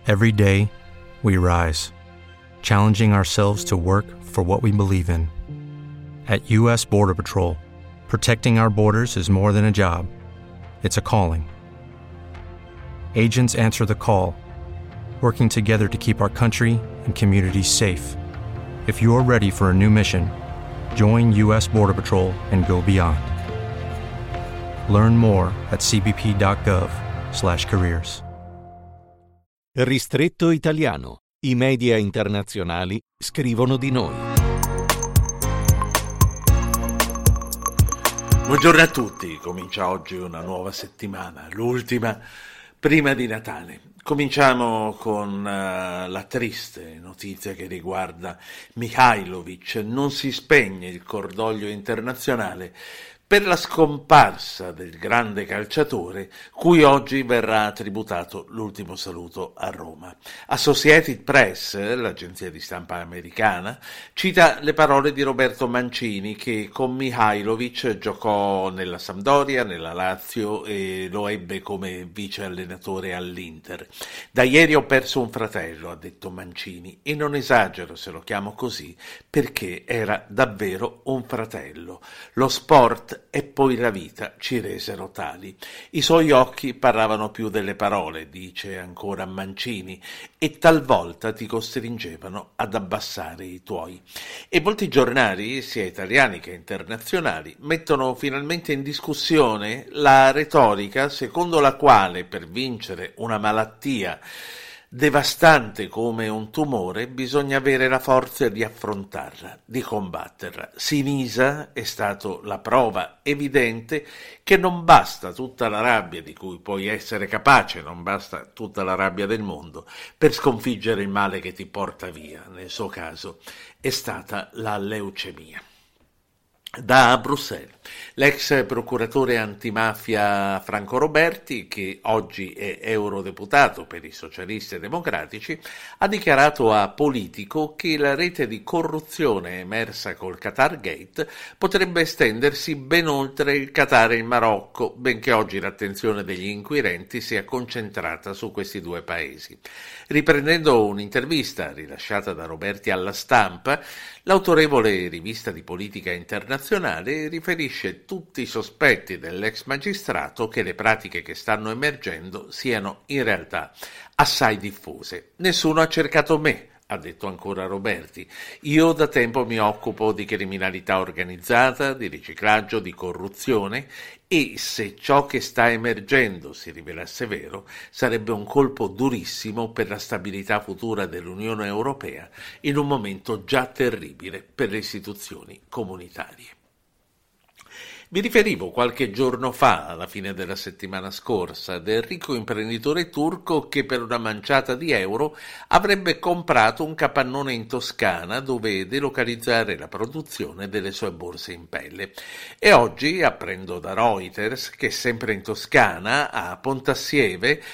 Every day, we rise, challenging ourselves to work for what we believe in. At U.S. Border Patrol, protecting our borders is more than a job. It's a calling. Agents answer the call, working together to keep our country and communities safe. If you're ready for a new mission, join U.S. Border Patrol and go beyond. Learn more at cbp.gov/careers. Ristretto Italiano. I media internazionali scrivono di noi. Buongiorno a tutti, comincia oggi una nuova settimana, l'ultima prima di Natale. Cominciamo con la triste notizia che riguarda Mihajlović. Non si spegne il cordoglio internazionale per la scomparsa del grande calciatore, cui oggi verrà tributato l'ultimo saluto a Roma. Associated Press, l'agenzia di stampa americana, cita le parole di Roberto Mancini, che con Mihajlović giocò nella Sampdoria, nella Lazio e lo ebbe come vice allenatore all'Inter. Da ieri ho perso un fratello, ha detto Mancini, e non esagero se lo chiamo così, perché era davvero un fratello. Lo sport e poi la vita ci resero tali. I suoi occhi parlavano più delle parole, dice ancora Mancini, e talvolta ti costringevano ad abbassare i tuoi. E molti giornali, sia italiani che internazionali, mettono finalmente in discussione la retorica secondo la quale per vincere una malattia devastante come un tumore bisogna avere la forza di affrontarla, di combatterla. Sinisa è stato la prova evidente che non basta tutta la rabbia di cui puoi essere capace, non basta tutta la rabbia del mondo per sconfiggere il male che ti porta via. Nel suo caso è stata la leucemia. Da Bruxelles, l'ex procuratore antimafia Franco Roberti, che oggi è eurodeputato per i socialisti e democratici, ha dichiarato a Politico che la rete di corruzione emersa col Qatar Gate potrebbe estendersi ben oltre il Qatar e il Marocco, benché oggi l'attenzione degli inquirenti sia concentrata su questi due paesi. Riprendendo un'intervista rilasciata da Roberti alla Stampa, l'autorevole rivista di politica internazionale riferisce tutti i sospetti dell'ex magistrato che le pratiche che stanno emergendo siano in realtà assai diffuse. Nessuno ha cercato me, ha detto ancora Roberti. Io da tempo mi occupo di criminalità organizzata, di riciclaggio, di corruzione e se ciò che sta emergendo si rivelasse vero, sarebbe un colpo durissimo per la stabilità futura dell'Unione Europea in un momento già terribile per le istituzioni comunitarie. Vi riferivo qualche giorno fa, alla fine della settimana scorsa, del ricco imprenditore turco che per una manciata di euro avrebbe comprato un capannone in Toscana dove delocalizzare la produzione delle sue borse in pelle. E oggi apprendo da Reuters che sempre in Toscana, a Pontassieve,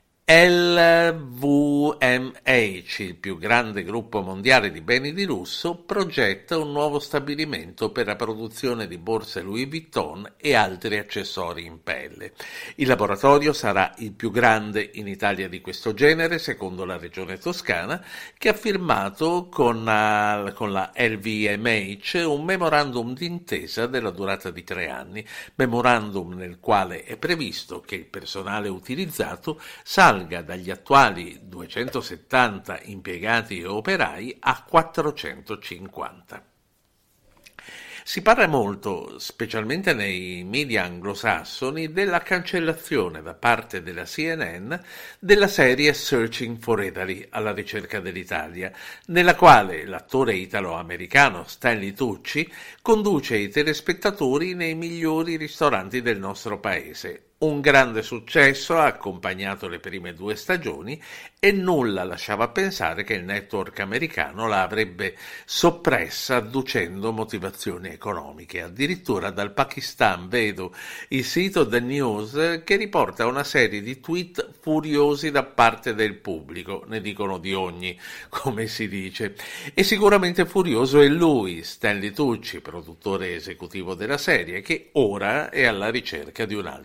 LVMH, il più grande gruppo mondiale di beni di lusso, progetta un nuovo stabilimento per la produzione di borse Louis Vuitton e altri accessori in pelle. Il laboratorio sarà il più grande in Italia di questo genere, secondo la regione toscana, che ha firmato con la LVMH un memorandum d'intesa della durata di 3 anni, memorandum nel quale è previsto che il personale utilizzato salga dagli attuali 270 impiegati e operai a 450. Si parla molto, specialmente nei media anglosassoni, della cancellazione da parte della CNN della serie Searching for Italy, alla ricerca dell'Italia, nella quale l'attore italo-americano Stanley Tucci conduce i telespettatori nei migliori ristoranti del nostro paese. Un grande successo ha accompagnato le prime 2 stagioni e nulla lasciava pensare che il network americano la avrebbe soppressa adducendo motivazioni economiche. Addirittura dal Pakistan vedo il sito The News che riporta una serie di tweet furiosi da parte del pubblico, ne dicono di ogni, come si dice, e sicuramente furioso è lui, Stanley Tucci, produttore esecutivo della serie, che ora è alla ricerca di un altro editore.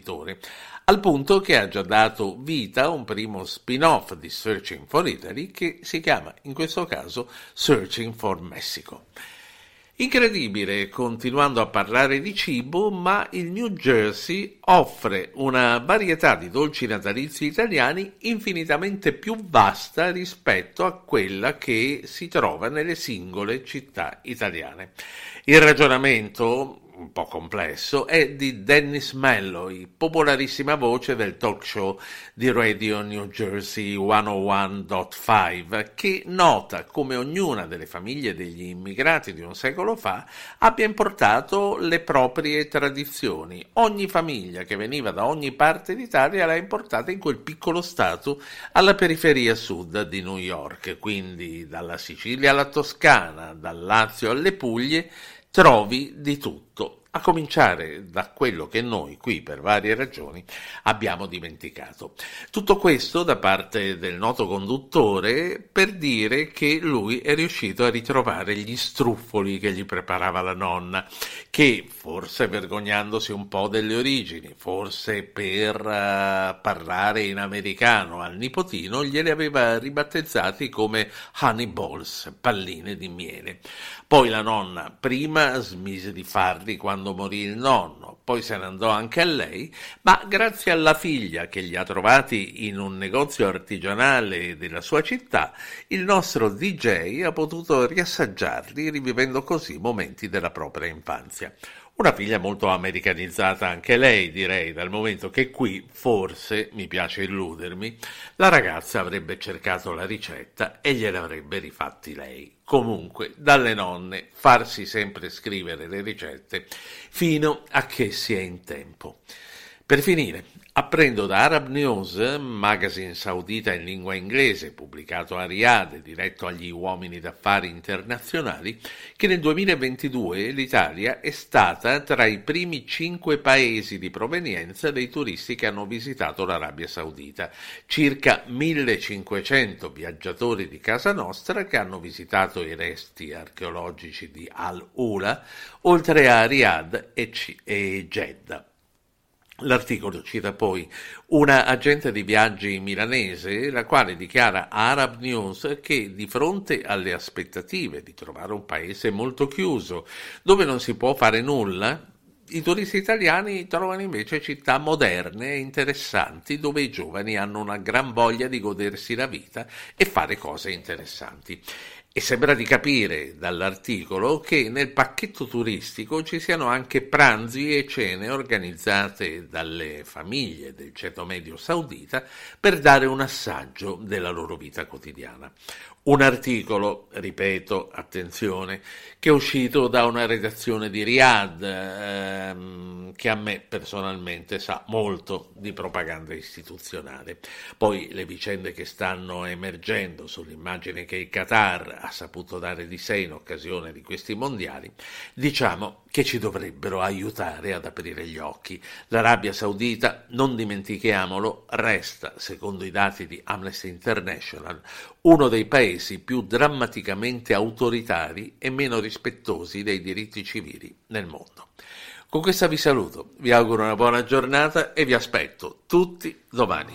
imprenditore, al punto che ha già dato vita a un primo spin-off di Searching for Italy che si chiama in questo caso Searching for Mexico. Incredibile, continuando a parlare di cibo, ma il New Jersey offre una varietà di dolci natalizi italiani infinitamente più vasta rispetto a quella che si trova nelle singole città italiane. Il ragionamento, un po' complesso, è di Dennis Malloy, popolarissima voce del talk show di Radio New Jersey 101.5, che nota come ognuna delle famiglie degli immigrati di un secolo fa abbia importato le proprie tradizioni. Ogni famiglia che veniva da ogni parte d'Italia l'ha importata in quel piccolo stato alla periferia sud di New York, quindi dalla Sicilia alla Toscana, dal Lazio alle Puglie, trovi di tutto, a cominciare da quello che noi qui per varie ragioni abbiamo dimenticato. Tutto questo da parte del noto conduttore per dire che lui è riuscito a ritrovare gli struffoli che gli preparava la nonna, che forse vergognandosi un po' delle origini, forse per parlare in americano al nipotino, glieli aveva ribattezzati come honey balls, palline di miele. Poi la nonna prima smise di farli quando morì il nonno, poi se ne andò anche a lei, ma grazie alla figlia che li ha trovati in un negozio artigianale della sua città, il nostro DJ ha potuto riassaggiarli, rivivendo così momenti della propria infanzia. Una figlia molto americanizzata anche lei, direi, dal momento che qui, forse, mi piace illudermi, la ragazza avrebbe cercato la ricetta e gliela avrebbe rifatti lei. Comunque, dalle nonne, farsi sempre scrivere le ricette fino a che si è in tempo. Per finire, apprendo da Arab News, magazine saudita in lingua inglese, pubblicato a Riyadh e diretto agli uomini d'affari internazionali, che nel 2022 l'Italia è stata tra i primi 5 paesi di provenienza dei turisti che hanno visitato l'Arabia Saudita. Circa 1500 viaggiatori di casa nostra che hanno visitato i resti archeologici di Al-Ula, oltre a Riyadh e Jeddah. L'articolo cita poi una agente di viaggi milanese, la quale dichiara a Arab News che di fronte alle aspettative di trovare un paese molto chiuso, dove non si può fare nulla, i turisti italiani trovano invece città moderne e interessanti, dove i giovani hanno una gran voglia di godersi la vita e fare cose interessanti. E sembra di capire dall'articolo che nel pacchetto turistico ci siano anche pranzi e cene organizzate dalle famiglie del ceto medio saudita per dare un assaggio della loro vita quotidiana. Un articolo, ripeto, attenzione, che è uscito da una redazione di Riyadh che a me personalmente sa molto di propaganda istituzionale. Poi le vicende che stanno emergendo sull'immagine che il Qatar ha saputo dare di sé in occasione di questi mondiali, diciamo che ci dovrebbero aiutare ad aprire gli occhi. L'Arabia Saudita, non dimentichiamolo, resta, secondo i dati di Amnesty International, uno dei paesi più drammaticamente autoritari e meno rispettosi dei diritti civili nel mondo. Con questa vi saluto, vi auguro una buona giornata e vi aspetto tutti domani.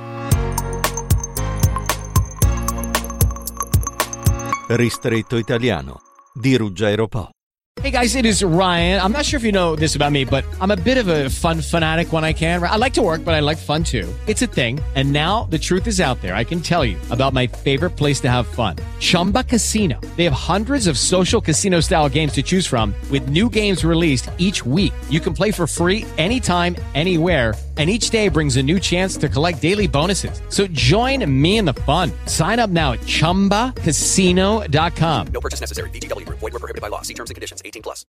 Ristretto Italiano di Ruggero Po. Hey guys, it is Ryan. I'm not sure if you know this about me, but I'm a bit of a fun fanatic when I can. I like to work, but I like fun too. It's a thing. And now the truth is out there. I can tell you about my favorite place to have fun. Chumba Casino. They have hundreds of social casino style games to choose from with new games released each week. You can play for free anytime, anywhere. And each day brings a new chance to collect daily bonuses. So join me in the fun. Sign up now at ChumbaCasino.com. No purchase necessary. VGW Group. Void where prohibited by law. See terms and conditions. 18+.